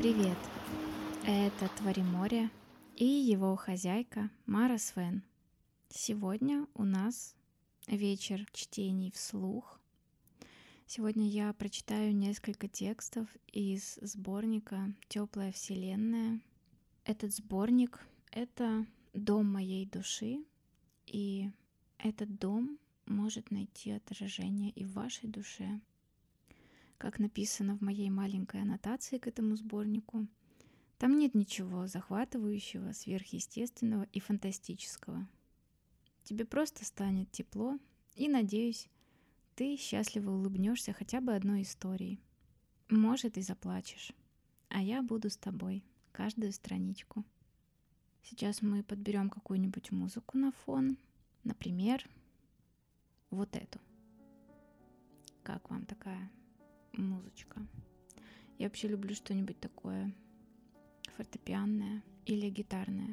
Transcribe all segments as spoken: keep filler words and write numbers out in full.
Привет! Это Твори море и его хозяйка Мара Свен. Сегодня у нас вечер чтений вслух. Сегодня я прочитаю несколько текстов из сборника «Теплая вселенная». Этот сборник — это дом моей души, и этот дом может найти отражение и в вашей душе. Как написано в моей маленькой аннотации к этому сборнику, там нет ничего захватывающего, сверхъестественного и фантастического. Тебе просто станет тепло, и, надеюсь, ты счастливо улыбнешься хотя бы одной историей. Может, и заплачешь. А я буду с тобой каждую страничку. Сейчас мы подберем какую-нибудь музыку на фон. Например, вот эту. Как вам такая музычка? Я вообще люблю что-нибудь такое фортепианное или гитарное.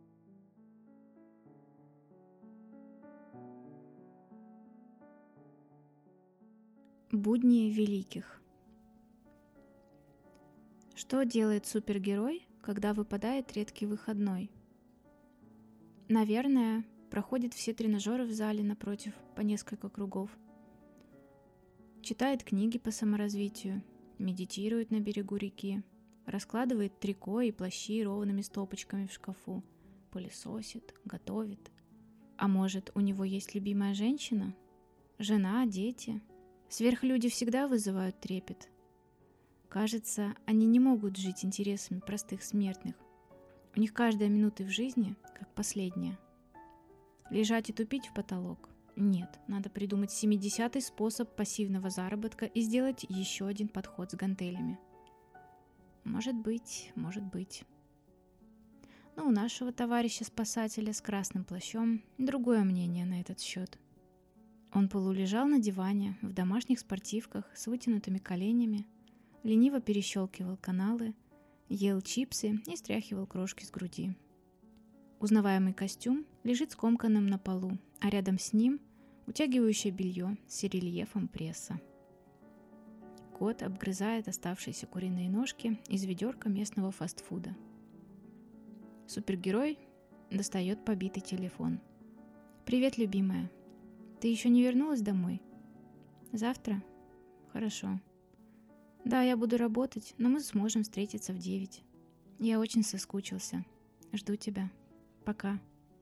Будни великих. Что делает супергерой, когда выпадает редкий выходной? Наверное, проходит все тренажеры в зале напротив по несколько кругов. Читает книги по саморазвитию, медитирует на берегу реки, раскладывает трико и плащи ровными стопочками в шкафу, пылесосит, готовит. А может, у него есть любимая женщина? Жена, дети? Сверхлюди всегда вызывают трепет. Кажется, они не могут жить интересами простых смертных. У них каждая минута в жизни как последняя. Лежать и тупить в потолок? Нет, надо придумать семидесятый способ пассивного заработка и сделать еще один подход с гантелями. Может быть, может быть. Но у нашего товарища-спасателя с красным плащом другое мнение на этот счет. Он полулежал на диване в домашних спортивках с вытянутыми коленями, лениво перещелкивал каналы, ел чипсы и стряхивал крошки с груди. Узнаваемый костюм лежит скомканным на полу, а рядом с ним утягивающее белье с рельефом пресса. Кот обгрызает оставшиеся куриные ножки из ведерка местного фастфуда. Супергерой достает побитый телефон. «Привет, любимая. Ты еще не вернулась домой? Завтра? Хорошо. Да, я буду работать, но мы сможем встретиться в девять. Я очень соскучился. Жду тебя. Пока».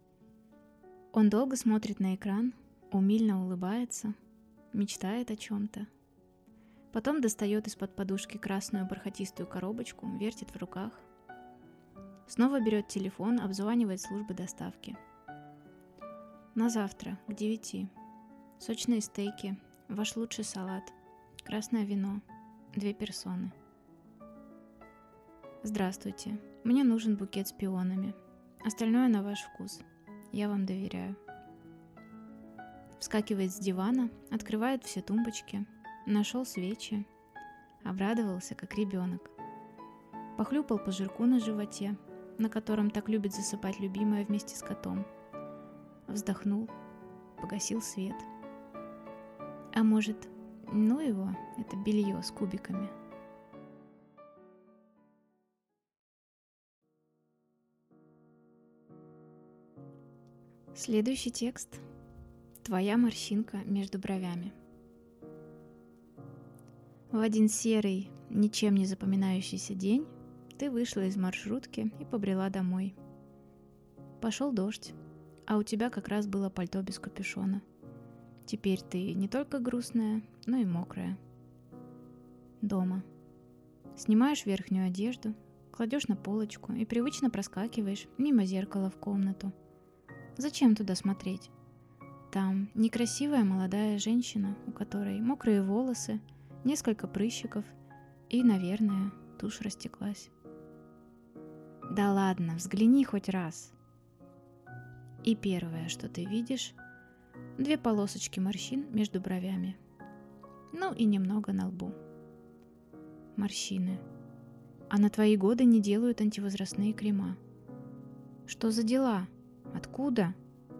Он долго смотрит на экран, умильно улыбается, мечтает о чем-то. Потом достает из-под подушки красную бархатистую коробочку, вертит в руках. Снова берет телефон, обзванивает службы доставки. На завтра, к девяти. Сочные стейки, ваш лучший салат, красное вино, две персоны. Здравствуйте, мне нужен букет с пионами. Остальное на ваш вкус. Я вам доверяю. Вскакивает с дивана, открывает все тумбочки, нашел свечи, обрадовался, как ребенок. Похлюпал по жирку на животе, на котором так любит засыпать любимая вместе с котом. Вздохнул, погасил свет. А может, ну его, это белье с кубиками. Следующий текст. Твоя морщинка между бровями. В один серый, ничем не запоминающийся день ты вышла из маршрутки и побрела домой. Пошел дождь, а у тебя как раз было пальто без капюшона. Теперь ты не только грустная, но и мокрая. Дома. Снимаешь верхнюю одежду, кладешь на полочку и привычно проскакиваешь мимо зеркала в комнату. Зачем туда смотреть? Там некрасивая молодая женщина, у которой мокрые волосы, несколько прыщиков и, наверное, тушь растеклась. Да ладно, взгляни хоть раз. И первое, что ты видишь, две полосочки морщин между бровями. Ну и немного на лбу. Морщины. А на твои годы не делают антивозрастные крема. Что за дела? Откуда?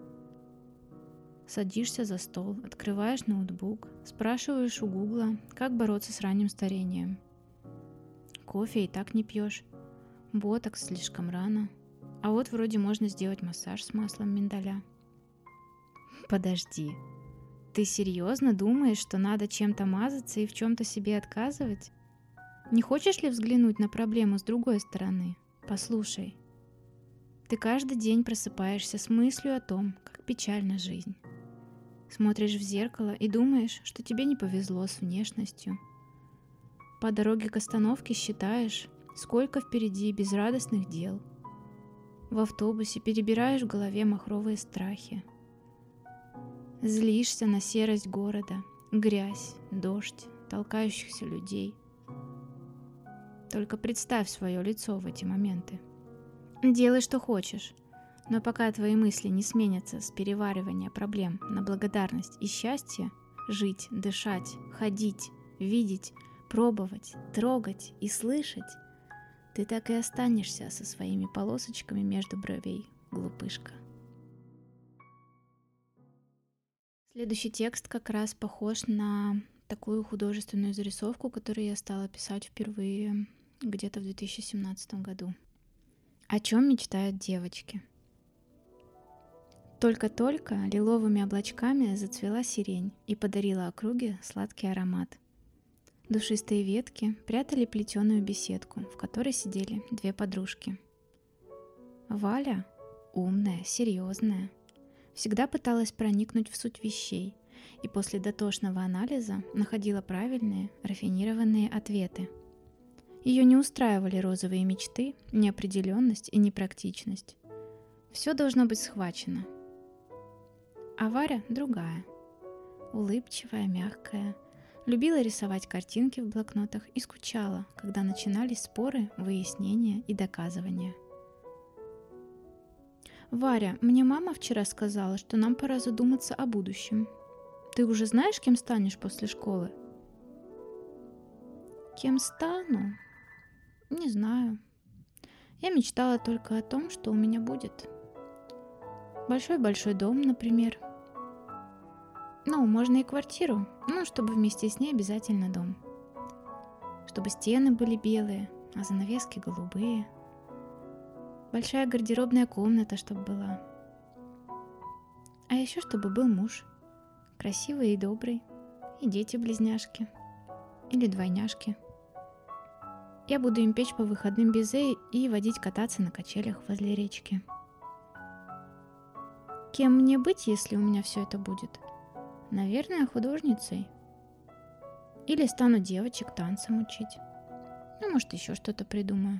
Садишься за стол, открываешь ноутбук, спрашиваешь у Гугла, как бороться с ранним старением. кофе и так не пьешь. Ботокс слишком рано. А вот вроде можно сделать массаж с маслом миндаля. Подожди, ты серьезно думаешь, что надо чем-то мазаться и в чем-то себе отказывать? Не хочешь ли взглянуть на проблему с другой стороны? Послушай, ты каждый день просыпаешься с мыслью о том, как печальна жизнь. Смотришь в зеркало и думаешь, что тебе не повезло с внешностью. По дороге к остановке считаешь, сколько впереди безрадостных дел. В автобусе перебираешь в голове махровые страхи. Злишься на серость города, грязь, дождь, толкающихся людей. Только представь свое лицо в эти моменты. Делай, что хочешь, но пока твои мысли не сменятся с переваривания проблем на благодарность и счастье, жить, дышать, ходить, видеть, пробовать, трогать и слышать, ты так и останешься со своими полосочками между бровей, глупышка. Следующий текст как раз похож на такую художественную зарисовку, которую я стала писать впервые где-то в две тысячи семнадцатом году. О чем мечтают девочки? Только-только лиловыми облачками зацвела сирень и подарила округе сладкий аромат. Душистые ветки прятали плетеную беседку, в которой сидели две подружки. Валя, умная, серьезная, всегда пыталась проникнуть в суть вещей и после дотошного анализа находила правильные, рафинированные ответы. Ее не устраивали розовые мечты, неопределенность и непрактичность. Все должно быть схвачено. А Варя другая. Улыбчивая, мягкая. Любила рисовать картинки в блокнотах и скучала, когда начинались споры, выяснения и доказывания. «Варя, мне мама вчера сказала, что нам пора задуматься о будущем. Ты уже знаешь, кем станешь после школы?» «Кем стану? Не знаю. Я мечтала только о том, что у меня будет. Большой-большой дом, например. Ну, можно и квартиру, но чтобы вместе с ней обязательно дом. Чтобы стены были белые, а занавески голубые. Большая гардеробная комната, чтобы была. А еще чтобы был муж, красивый и добрый, и дети-близняшки или двойняшки. Я буду им печь по выходным безе и водить кататься на качелях возле речки. Кем мне быть, если у меня все это будет? Наверное, художницей. Или стану девочек танцам учить. Ну, может, еще что-то придумаю».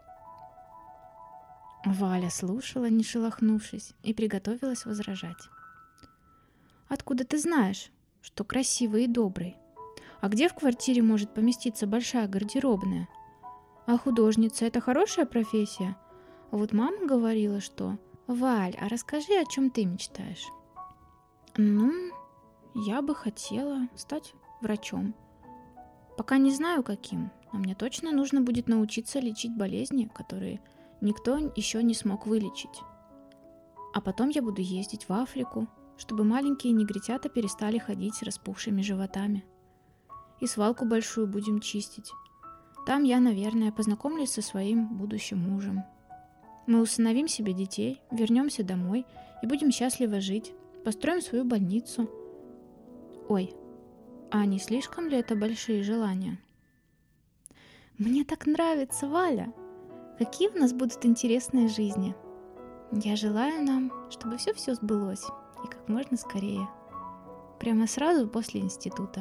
Валя слушала, не шелохнувшись, и приготовилась возражать. «Откуда ты знаешь, что красивый и добрый? А где в квартире может поместиться большая гардеробная? А художница — это хорошая профессия? Вот мама говорила, что... Валь, а расскажи, о чем ты мечтаешь?» «Ну, я бы хотела стать врачом. Пока не знаю, каким, но мне точно нужно будет научиться лечить болезни, которые никто еще не смог вылечить. А потом я буду ездить в Африку, чтобы маленькие негритята перестали ходить с распухшими животами. И свалку большую будем чистить. Там я, наверное, познакомлюсь со своим будущим мужем. Мы усыновим себе детей, вернемся домой и будем счастливо жить, построим свою больницу. Ой, а не слишком ли это большие желания?» «Мне так нравится, Валя! Какие у нас будут интересные жизни! Я желаю нам, чтобы все-все сбылось и как можно скорее. Прямо сразу после института».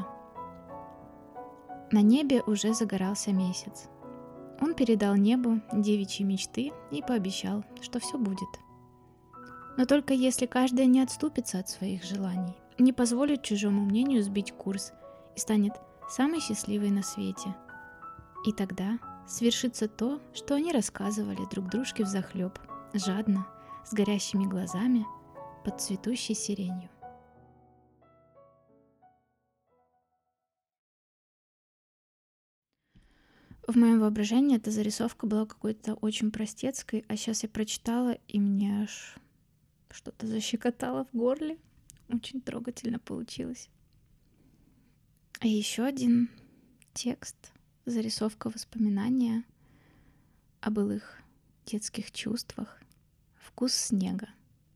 На небе уже загорался месяц. Он передал небу девичьи мечты и пообещал, что все будет. Но только если каждая не отступится от своих желаний, не позволит чужому мнению сбить курс и станет самой счастливой на свете. И тогда свершится то, что они рассказывали друг дружке взахлеб, жадно, с горящими глазами, под цветущей сиренью. В моем воображении эта зарисовка была какой-то очень простецкой, а сейчас я прочитала, и мне аж что-то защекотало в горле. Очень трогательно получилось. А еще один текст зарисовка воспоминания о былых детских чувствах. Вкус снега.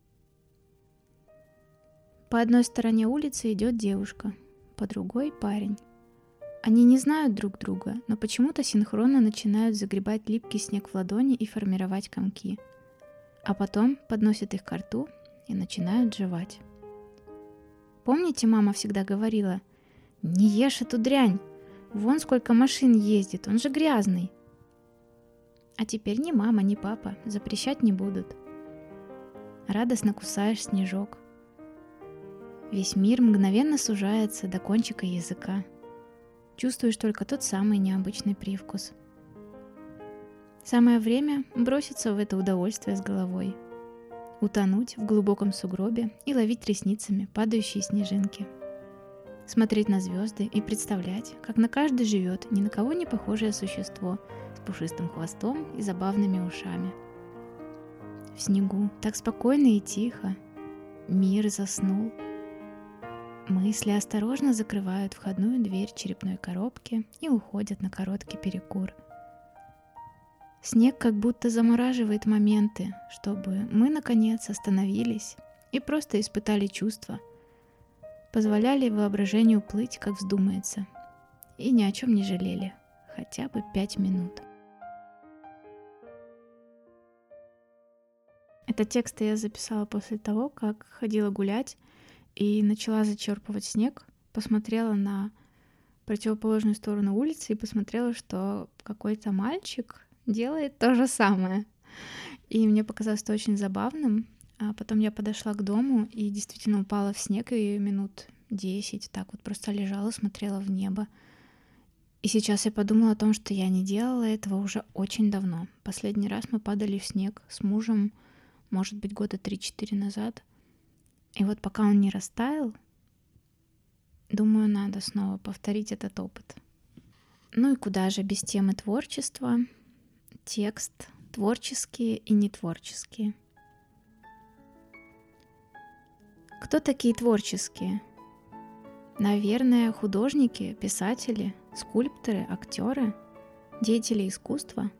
По одной стороне улицы идет девушка, по другой — парень. Они не знают друг друга, но почему-то синхронно начинают загребать липкий снег в ладони и формировать комки. А потом подносят их ко рту и начинают жевать. Помните, мама всегда говорила: «Не ешь эту дрянь! Вон сколько машин ездит, он же грязный!» А теперь ни мама, ни папа запрещать не будут. Радостно кусаешь снежок. Весь мир мгновенно сужается до кончика языка. Чувствуешь только тот самый необычный привкус. Самое время броситься в это удовольствие с головой. Утонуть в глубоком сугробе и ловить ресницами падающие снежинки. Смотреть на звезды и представлять, как на каждой живет ни на кого не похожее существо с пушистым хвостом и забавными ушами. В снегу так спокойно и тихо. Мир заснул. Мысли осторожно закрывают входную дверь черепной коробки и уходят на короткий перекур. Снег как будто замораживает моменты, чтобы мы, наконец, остановились и просто испытали чувства, позволяли воображению плыть, как вздумается, и ни о чем не жалели, хотя бы пять минут. Этот текст я записала после того, как ходила гулять и начала зачерпывать снег, посмотрела на противоположную сторону улицы и посмотрела, что какой-то мальчик делает то же самое. И мне показалось это очень забавным. А потом я подошла к дому и действительно упала в снег, и минут десять так вот просто лежала, смотрела в небо. И сейчас я подумала о том, что я не делала этого уже очень давно. Последний раз мы падали в снег с мужем, может быть, года три-четыре назад. И вот пока он не растаял, думаю, надо снова повторить этот опыт. Ну и куда же без темы творчества? Текст, творческие и нетворческие. Кто такие творческие? Наверное, художники, писатели, скульпторы, актеры, деятели искусства.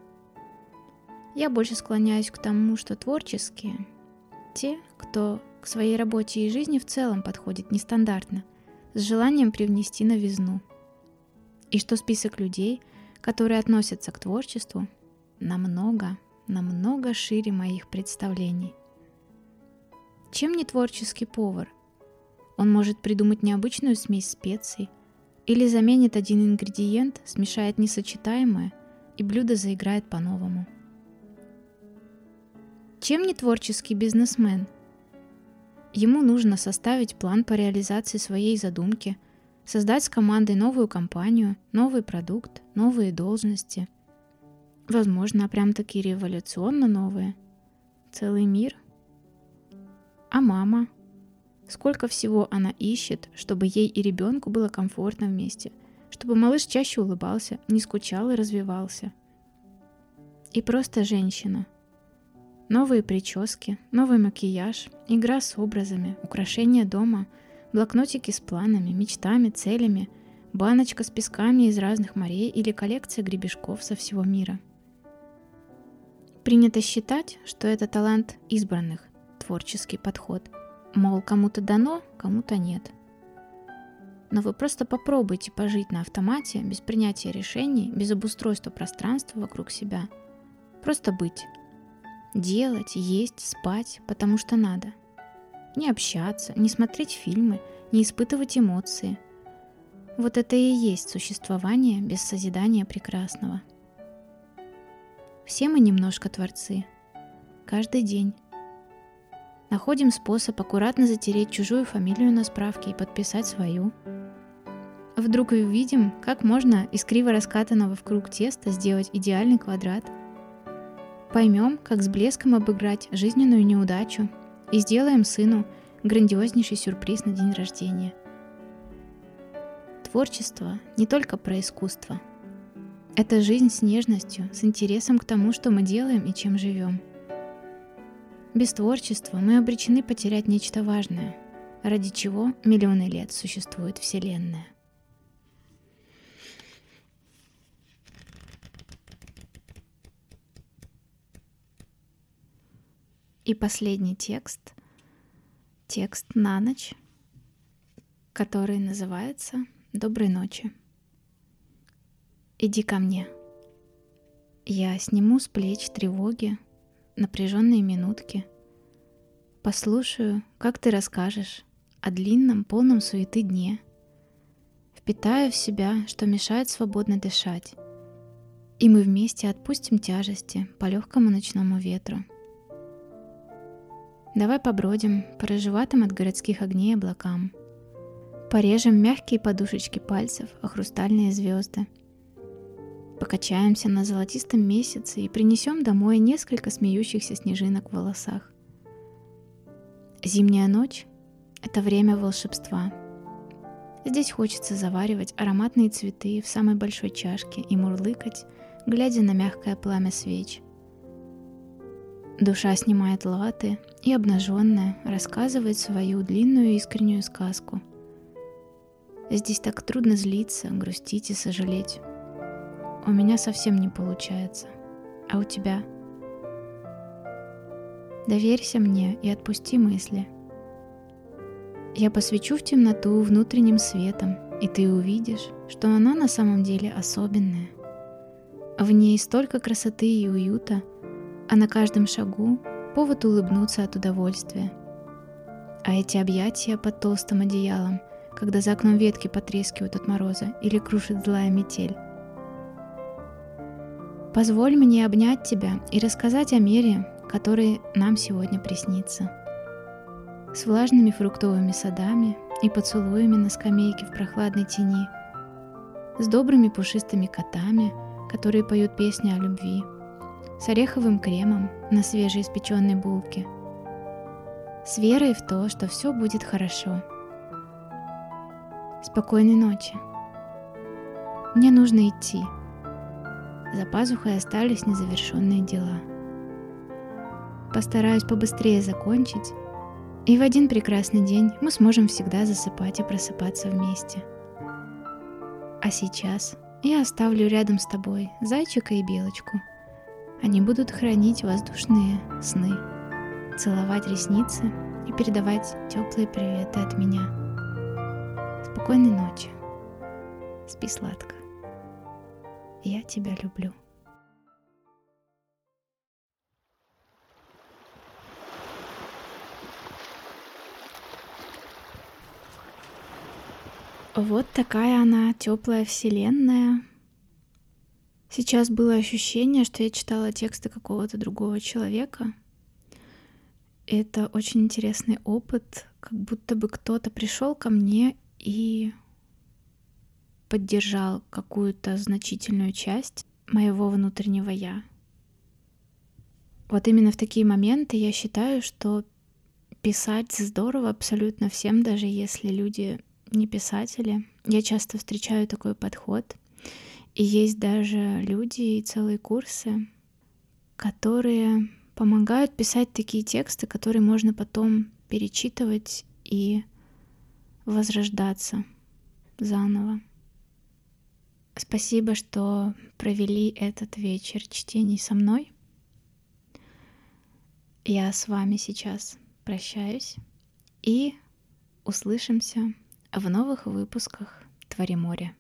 Я больше склоняюсь к тому, что творческие — те, кто к своей работе и жизни в целом подходит нестандартно, с желанием привнести новизну. И что список людей, которые относятся к творчеству, намного, намного шире моих представлений. Чем не творческий повар? Он может придумать необычную смесь специй или заменит один ингредиент, смешает несочетаемое, и блюдо заиграет по-новому. Чем не творческий бизнесмен? Ему нужно составить план по реализации своей задумки, создать с командой новую компанию, новый продукт, новые должности. Возможно, прям-таки революционно новые. Целый мир. А мама? Сколько всего она ищет, чтобы ей и ребенку было комфортно вместе, чтобы малыш чаще улыбался, не скучал и развивался. И просто женщина. Новые прически, новый макияж, игра с образами, украшения дома, блокнотики с планами, мечтами, целями, баночка с песками из разных морей или коллекция гребешков со всего мира. Принято считать, что это талант избранных, творческий подход. Мол, кому-то дано, кому-то нет. Но вы просто попробуйте пожить на автомате, без принятия решений, без обустройства пространства вокруг себя. Просто быть. Делать, есть, спать, потому что надо. Не общаться, не смотреть фильмы, не испытывать эмоции. Вот это и есть существование без созидания прекрасного. Все мы немножко творцы. Каждый день. Находим способ аккуратно затереть чужую фамилию на справке и подписать свою. Вдруг увидим, как можно из криво раскатанного в круг теста сделать идеальный квадрат. Поймем, как с блеском обыграть жизненную неудачу и сделаем сыну грандиознейший сюрприз на день рождения. Творчество не только про искусство. Это жизнь с нежностью, с интересом к тому, что мы делаем и чем живем. Без творчества мы обречены потерять нечто важное, ради чего миллионы лет существует Вселенная. И последний текст, текст на ночь, который называется «Доброй ночи». Иди ко мне. Я сниму с плеч тревоги, напряженные минутки. Послушаю, как ты расскажешь о длинном, полном суеты дне. Впитаю в себя, что мешает свободно дышать. И мы вместе отпустим тяжести по легкому ночному ветру. Давай побродим по рыжеватым от городских огней облакам. Порежем мягкие подушечки пальцев о хрустальные звезды. Покачаемся на золотистом месяце и принесем домой несколько смеющихся снежинок в волосах. Зимняя ночь — это время волшебства. Здесь хочется заваривать ароматные цветы в самой большой чашке и мурлыкать, глядя на мягкое пламя свеч. Душа снимает латы и, обнаженная, рассказывает свою длинную искреннюю сказку. Здесь так трудно злиться, грустить и сожалеть. У меня совсем не получается. А у тебя? Доверься мне и отпусти мысли. Я посвечу в темноту внутренним светом, и ты увидишь, что она на самом деле особенная. В ней столько красоты и уюта, а на каждом шагу повод улыбнуться от удовольствия. А эти объятия под толстым одеялом, когда за окном ветки потрескивают от мороза или крушит злая метель. Позволь мне обнять тебя и рассказать о мире, который нам сегодня приснится. С влажными фруктовыми садами и поцелуями на скамейке в прохладной тени, с добрыми пушистыми котами, которые поют песни о любви, с ореховым кремом на свежеиспеченной булке, с верой в то, что все будет хорошо. Спокойной ночи. Мне нужно идти. За пазухой остались незавершенные дела. Постараюсь побыстрее закончить, и в один прекрасный день мы сможем всегда засыпать и просыпаться вместе. А сейчас я оставлю рядом с тобой зайчика и белочку. Они будут хранить воздушные сны, целовать ресницы и передавать теплые приветы от меня. Спокойной ночи. Спи сладко. Я тебя люблю. Вот такая она, теплая вселенная. Сейчас было ощущение, что я читала тексты какого-то другого человека. Это очень интересный опыт, как будто бы кто-то пришел ко мне и поддержал какую-то значительную часть моего внутреннего «я». Вот именно в такие моменты я считаю, что писать здорово абсолютно всем, даже если люди не писатели. Я часто встречаю такой подход. И есть даже люди и целые курсы, которые помогают писать такие тексты, которые можно потом перечитывать и возрождаться заново. Спасибо, что провели этот вечер чтений со мной. Я с вами сейчас прощаюсь и услышимся в новых выпусках «Твори море».